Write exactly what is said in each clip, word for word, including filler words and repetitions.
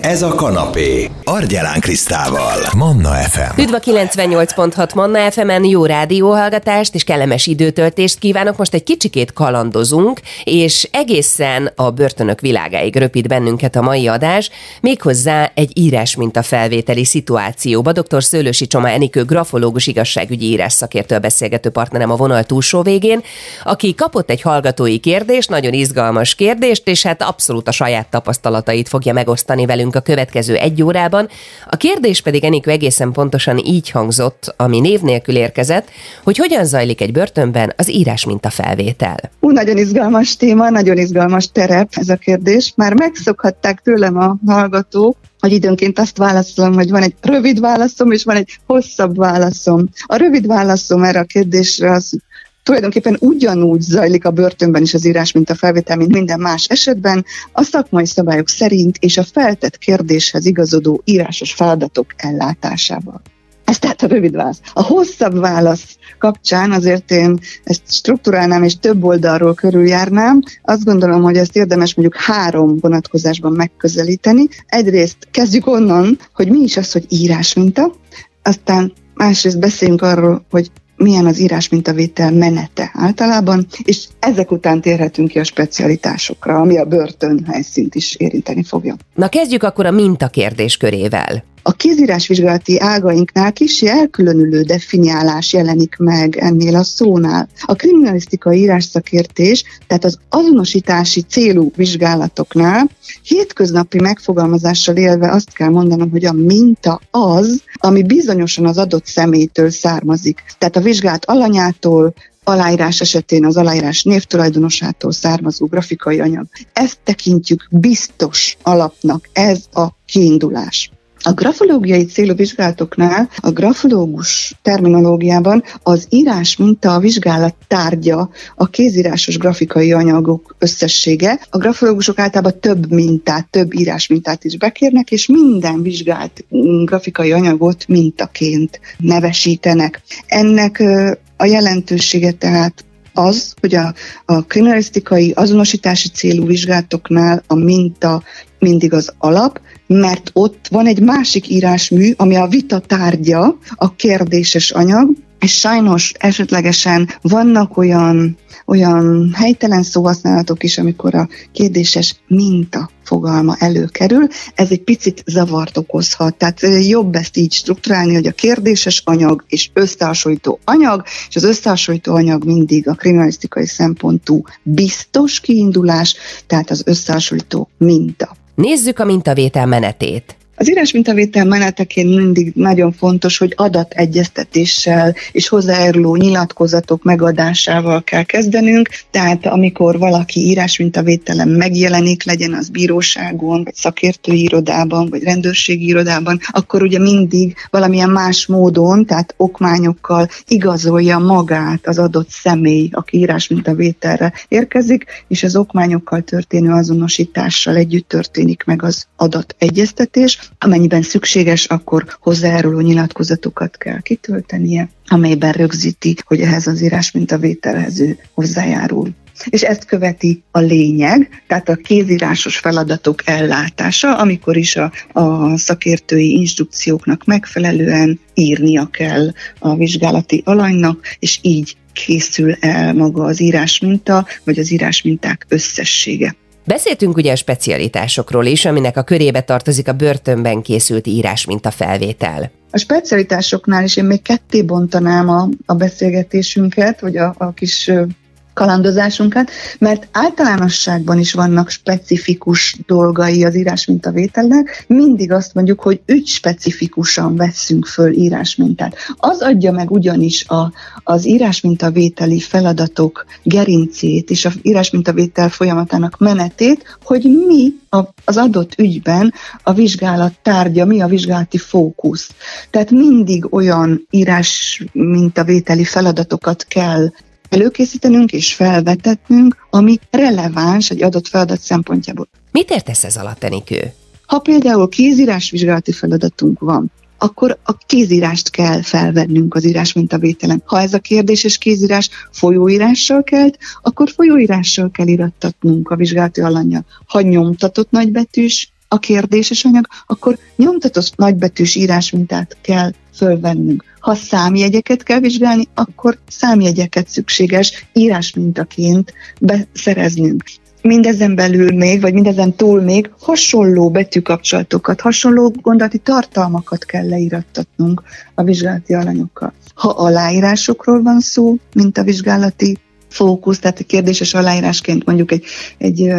Ez a kanapé. Argyelán Krisztával. Manna ef em. Üdv a kilencvennyolc pont hat Manna ef emen, jó rádióhallgatást és kellemes időtöltést kívánok. Most egy kicsikét kalandozunk, és egészen a börtönök világáig röpít bennünket a mai adás, méghozzá egy írásmintafelvételi szituációba. dr. Szőlősi Csoma Enikő, grafológus, igazságügyi írásszakértő a beszélgető partnerem a vonal túlsó végén, aki kapott egy hallgatói kérdést, nagyon izgalmas kérdést, és hát abszolút a saját tapasztalatait fogja megosztani velünk a következő egy órában. A kérdés pedig, Enikő, egészen pontosan így hangzott, ami név nélkül érkezett, hogy hogyan zajlik egy börtönben az írásmintafelvétel. Ú, nagyon izgalmas téma, nagyon izgalmas terep ez a kérdés. Már megszokhatták tőlem a hallgatók, hogy időnként azt válaszolom, hogy van egy rövid válaszom, és van egy hosszabb válaszom. A rövid válaszom erre a kérdésre az tulajdonképpen ugyanúgy zajlik a börtönben is az írásmintafelvétel, mint minden más esetben, a szakmai szabályok szerint és a feltett kérdéshez igazodó írásos feladatok ellátásával. Ez tehát a rövid válasz. A hosszabb válasz kapcsán azért én ezt strukturálnám és több oldalról körüljárnám. Azt gondolom, hogy ezt érdemes mondjuk három vonatkozásban megközelíteni. Egyrészt kezdjük onnan, hogy mi is az, hogy írásminta, aztán másrészt beszéljünk arról, hogy milyen az írásmintavétel menete általában, és ezek után térhetünk ki a specialitásokra, ami a börtön helyszínt is érinteni fogja. Na kezdjük akkor a mintakérdés körével. A kézírásvizsgálati ágainknál kissé elkülönülő definiálás jelenik meg ennél a szónál. A kriminalisztikai írásszakértés, tehát az azonosítási célú vizsgálatoknál hétköznapi megfogalmazással élve azt kell mondanom, hogy a minta az, ami bizonyosan az adott személytől származik. Tehát a vizsgált alanyától, aláírás esetén az aláírás névtulajdonosától származó grafikai anyag. Ezt tekintjük biztos alapnak, ez a kiindulás. A grafológiai célú vizsgálatoknál a grafológus terminológiában az írásminta a vizsgálat tárgya, a kézírásos grafikai anyagok összessége. A grafológusok általában több mintát, több írásmintát is bekérnek, és minden vizsgált grafikai anyagot mintaként nevesítenek. Ennek a jelentősége tehát az, hogy a, a kriminalisztikai azonosítási célú vizsgálatoknál a minta mindig az alap, mert ott van egy másik írásmű, ami a vita tárgya, a kérdéses anyag, és sajnos esetlegesen vannak olyan, olyan helytelen szóhasználatok is, amikor a kérdéses minta fogalma előkerül, ez egy picit zavart okozhat. Tehát jobb ezt így strukturálni, hogy a kérdéses anyag és összehasonlító anyag, és az összehasonlító anyag mindig a kriminalisztikai szempontú biztos kiindulás, tehát az összehasonlító minta. Nézzük a mintavétel menetét. Az írásmintavétel menetekén mindig nagyon fontos, hogy adategyeztetéssel és hozzájáruló nyilatkozatok megadásával kell kezdenünk, tehát amikor valaki írásmintavételen megjelenik, legyen az bíróságon, vagy szakértői irodában, vagy rendőrségi irodában, akkor ugye mindig valamilyen más módon, tehát okmányokkal igazolja magát az adott személy, aki írásmintavételre érkezik, és az okmányokkal történő azonosítással együtt történik meg az adategyeztetés. Amennyiben szükséges, akkor hozzájáruló nyilatkozatokat kell kitöltenie, amelyben rögzíti, hogy ehhez az írásmintavételhez ő hozzájárul. És ezt követi a lényeg, tehát a kézírásos feladatok ellátása, amikor is a, a szakértői instrukcióknak megfelelően írnia kell a vizsgálati alanynak, és így készül el maga az írásminta, vagy az írásminták összessége. Beszéltünk ugye a specialitásokról is, aminek a körébe tartozik a börtönben készült írásmintafelvétel. A specialitásoknál is én még ketté bontanám a, a beszélgetésünket, vagy a, a kis kalandozásunkat, mert általánosságban is vannak specifikus dolgai az írásmintavételnek. Mindig azt mondjuk, hogy ügyspecifikusan vesszünk föl írásmintát. Az adja meg ugyanis a, az írásmintavételi feladatok gerincét és az írásmintavétel folyamatának menetét, hogy mi a, az adott ügyben a vizsgálat tárgya, mi a vizsgálati fókusz. Tehát mindig olyan írásmintavételi feladatokat kell előkészítenünk és felvetetnünk, ami releváns egy adott feladat szempontjából. Mit értesz ez alatt, Enikő? Ha például kézírásvizsgálati feladatunk van, akkor a kézírást kell felvennünk az írásmintavételen. Ha ez a kérdéses kézírás folyóírással kelt, akkor folyóírással kell irattatnunk a vizsgálati alannyal. Ha nyomtatott nagybetűs a kérdéses anyag, akkor nyomtatott nagybetűs írásmintát kell fölvennünk. Ha számjegyeket kell vizsgálni, akkor számjegyeket szükséges írásmintaként beszereznünk. Mindezen belül még, vagy mindezen túl még hasonló betűkapcsolatokat, hasonló gondolati tartalmakat kell leírattatnunk a vizsgálati alanyokkal. Ha aláírásokról van szó, mint a vizsgálati fókusz, tehát a kérdéses aláírásként mondjuk egy, egy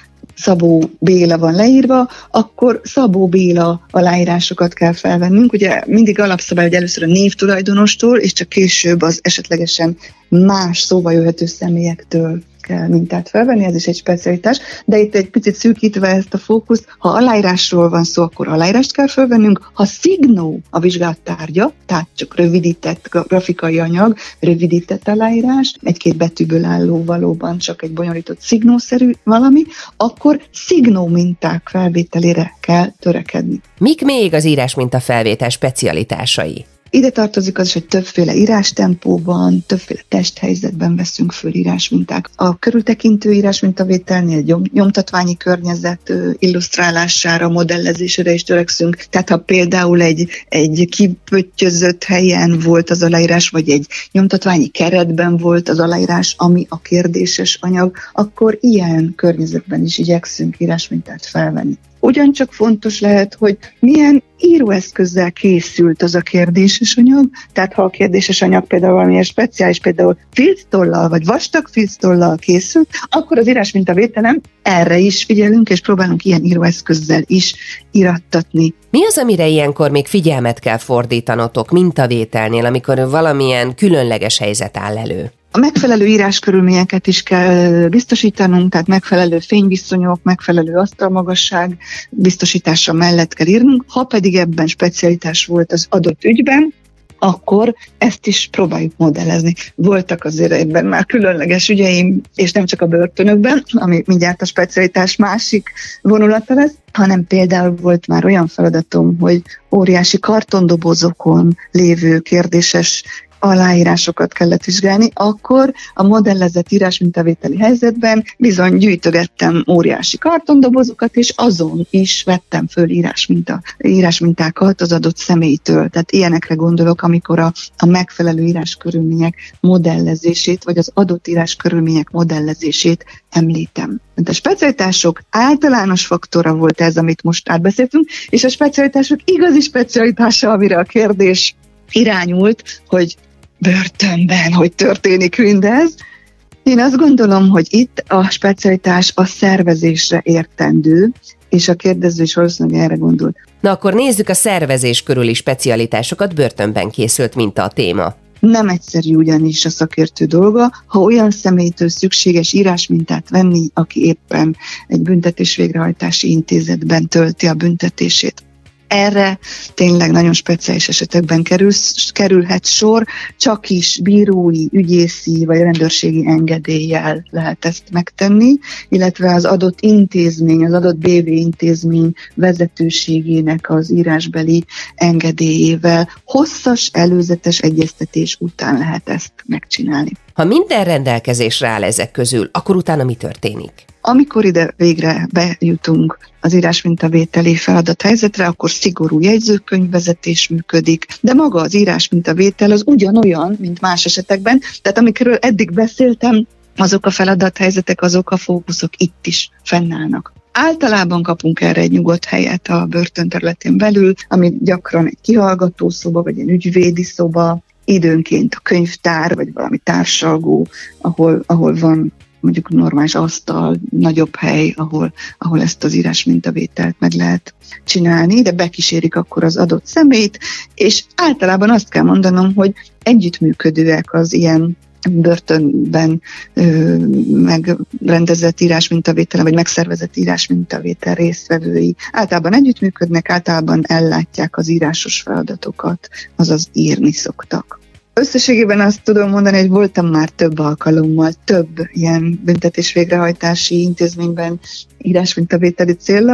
Szabó Béla van leírva, akkor Szabó Béla aláírásokat kell felvennünk. Ugye mindig alapszabály, hogy először a névtulajdonostól, és csak később az esetlegesen más szóba jöhető személyektől kell mintát felvenni, ez is egy specialitás, de itt egy picit szűkítve ezt a fókuszt, ha aláírásról van szó, akkor aláírást kell felvennünk, ha szignó a vizsgálat tárgya, tehát csak rövidített grafikai anyag, rövidített aláírás, egy-két betűből álló valóban csak egy bonyolított szignószerű valami, akkor szignó minták felvételére kell törekedni. Mik még az írásminta felvétel specialitásai? Ide tartozik az is, hogy többféle írástempóban, többféle testhelyzetben veszünk föl írásminták. A körültekintő írásmintavételnél nyomtatványi környezet illusztrálására, modellezésére is törekszünk. Tehát ha például egy, egy kipöttyözött helyen volt az aláírás, vagy egy nyomtatványi keretben volt az aláírás, ami a kérdéses anyag, akkor ilyen környezetben is igyekszünk írásmintát felvenni. Ugyancsak fontos lehet, hogy milyen íróeszközzel készült az a kérdéses anyag, tehát ha a kérdéses anyag például valamilyen speciális, például filctollal vagy vastag filctollal készült, akkor az írásmintavételen erre is figyelünk, és próbálunk ilyen íróeszközzel is irattatni. Mi az, amire ilyenkor még figyelmet kell fordítanotok mintavételnél, amikor valamilyen különleges helyzet áll elő? A megfelelő íráskörülményeket is kell biztosítanunk, tehát megfelelő fényviszonyok, megfelelő asztalmagasság biztosítása mellett kell írnunk. Ha pedig ebben specialitás volt az adott ügyben, akkor ezt is próbáljuk modellezni. Voltak azért ebben már különleges ügyeim, és nem csak a börtönökben, ami mindjárt a specialitás másik vonulata lesz, hanem például volt már olyan feladatom, hogy óriási kartondobozokon lévő kérdéses aláírásokat kellett vizsgálni, akkor a modellezett írásmintavételi helyzetben bizony gyűjtögettem óriási kartondobozokat, és azon is vettem föl írásminta, írásmintákat az adott személytől. Tehát ilyenekre gondolok, amikor a, a megfelelő íráskörülmények modellezését, vagy az adott íráskörülmények modellezését említem. De a specialitások általános faktora volt ez, amit most átbeszéltünk, és a specialitások igazi specialitása, amire a kérdés irányult, hogy börtönben, hogy történik mindez. Én azt gondolom, hogy itt a specialitás a szervezésre értendő, és a kérdező is valószínűleg erre gondolt. Na akkor nézzük a szervezés körüli specialitásokat, börtönben készült minta a téma. Nem egyszerű ugyanis a szakértő dolga, ha olyan személytől szükséges írásmintát venni, aki éppen egy büntetés végrehajtási intézetben tölti a büntetését. Erre tényleg nagyon speciális esetekben kerül, kerülhet sor, csak is bírói, ügyészi vagy rendőrségi engedéllyel lehet ezt megtenni, illetve az adott intézmény, az adott bé vé intézmény vezetőségének az írásbeli engedélyével hosszas előzetes egyeztetés után lehet ezt megcsinálni. Ha minden rendelkezésre áll ezek közül, akkor utána mi történik? Amikor ide végre bejutunk az írásmintavételi feladathelyzetre, akkor szigorú jegyzőkönyvvezetés működik, de maga az írásmintavétel az ugyanolyan, mint más esetekben, tehát amikről eddig beszéltem, azok a feladathelyzetek, azok a fókuszok itt is fennállnak. Általában kapunk erre egy nyugodt helyet a börtön területén belül, ami gyakran egy kihallgató szoba, vagy egy ügyvédi szoba, időnként a könyvtár, vagy valami társalgó, ahol, ahol van mondjuk normális asztal, nagyobb hely, ahol, ahol ezt az írásmintavételt meg lehet csinálni, de bekísérik akkor az adott személyt, és általában azt kell mondanom, hogy együttműködőek az ilyen börtönben ö, megrendezett írásmintavételen, vagy megszervezett írásmintavétel résztvevői általában együttműködnek, általában ellátják az írásos feladatokat, azaz írni szoktak. Összességében azt tudom mondani, hogy voltam már több alkalommal, több ilyen büntetés végrehajtási intézményben írásmintavételi céllal,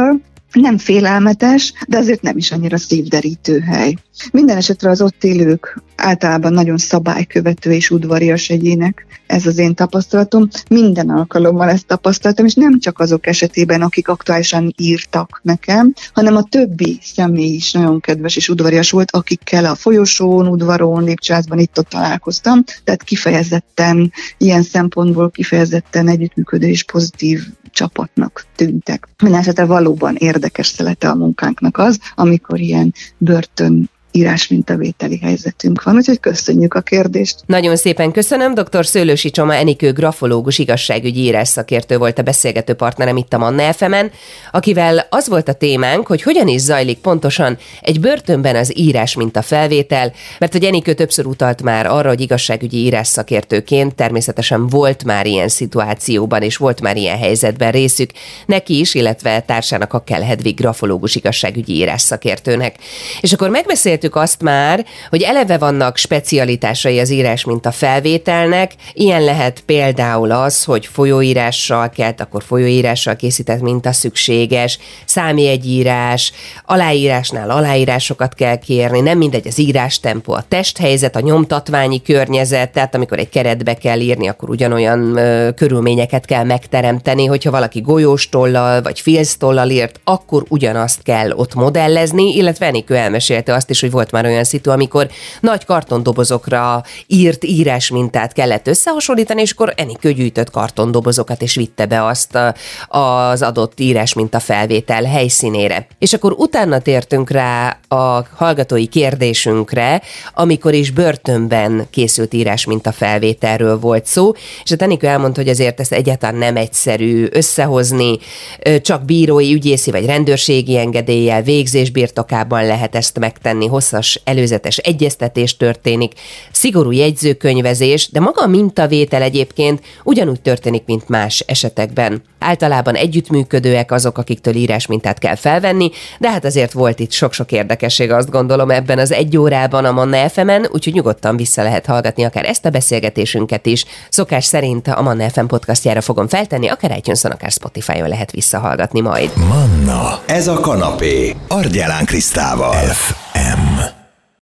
Nem félelmetes, de azért nem is annyira szívderítő hely. Minden esetre az ott élők általában nagyon szabálykövető és udvarias egyének, ez az én tapasztalatom. Minden alkalommal ezt tapasztaltam, és nem csak azok esetében, akik aktuálisan írtak nekem, hanem a többi személy is nagyon kedves és udvarias volt, akikkel a folyosón, udvaron, lépcsőházban itt-ott találkoztam, tehát kifejezetten, ilyen szempontból kifejezetten együttműködő és pozitív csapatnak tűntek. Minden esetre valóban érdekes szelete a munkánknak az, amikor ilyen börtön írásmintavételi helyzetünk van, úgyhogy köszönjük a kérdést. Nagyon szépen köszönöm. dr. Szőlősi Csoma Enikő grafológus, igazságügyi írásszakértő volt a beszélgető partnerem itt a Manna ef emen, akivel az volt a témánk, hogy hogyan is zajlik pontosan egy börtönben az írásminta felvétel, mert hogy Enikő többször utalt már arra, hogy igazságügyi írásszakértőként természetesen volt már ilyen szituációban, és volt már ilyen helyzetben részük neki is, illetve társának, Hakkel Hedvig grafológus, igazságügyi írásszakértőnek. És akkor megbeszélt azt már, hogy eleve vannak specialitásai az írásminta felvételnek, ilyen lehet például az, hogy folyóírással kell, akkor folyóírással készített minta szükséges, számjegyírás, aláírásnál aláírásokat kell kérni, nem mindegy az írástempó, a testhelyzet, a nyomtatványi környezet, tehát amikor egy keretbe kell írni, akkor ugyanolyan ö, körülményeket kell megteremteni, hogyha valaki golyóstollal vagy filctollal írt, akkor ugyanazt kell ott modellezni, illetve Enikő elmesélte azt is, hogy volt már olyan szitu, amikor nagy kartondobozokra írt írásmintát kellett összehasonlítani, és akkor Enikő gyűjtött kartondobozokat, és vitte be azt a, az adott írásminta felvétel helyszínére. És akkor utána tértünk rá a hallgatói kérdésünkre, amikor is börtönben készült írásminta felvételről volt szó, és a Enikő elmondta, hogy azért ezt egyáltalán nem egyszerű összehozni, csak bírói, ügyészi vagy rendőrségi engedéllyel, végzés birtokában lehet ezt megtenni, hosszas előzetes egyeztetés történik, szigorú jegyzőkönyvezés, de maga a mintavétel egyébként ugyanúgy történik, mint más esetekben. Általában együttműködőek azok, akiktől írásmintát kell felvenni, de hát azért volt itt sok-sok érdekesség, azt gondolom, ebben az egy órában a Manna ef emen, úgyhogy nyugodtan vissza lehet hallgatni akár ezt a beszélgetésünket is. Szokás szerint a Manna ef em podcastjára fogom feltenni, akár iTunes-on, akár Spotify-on lehet visszahallgatni majd. Manna, ez a kanapé, Argyelán Krisztával. F.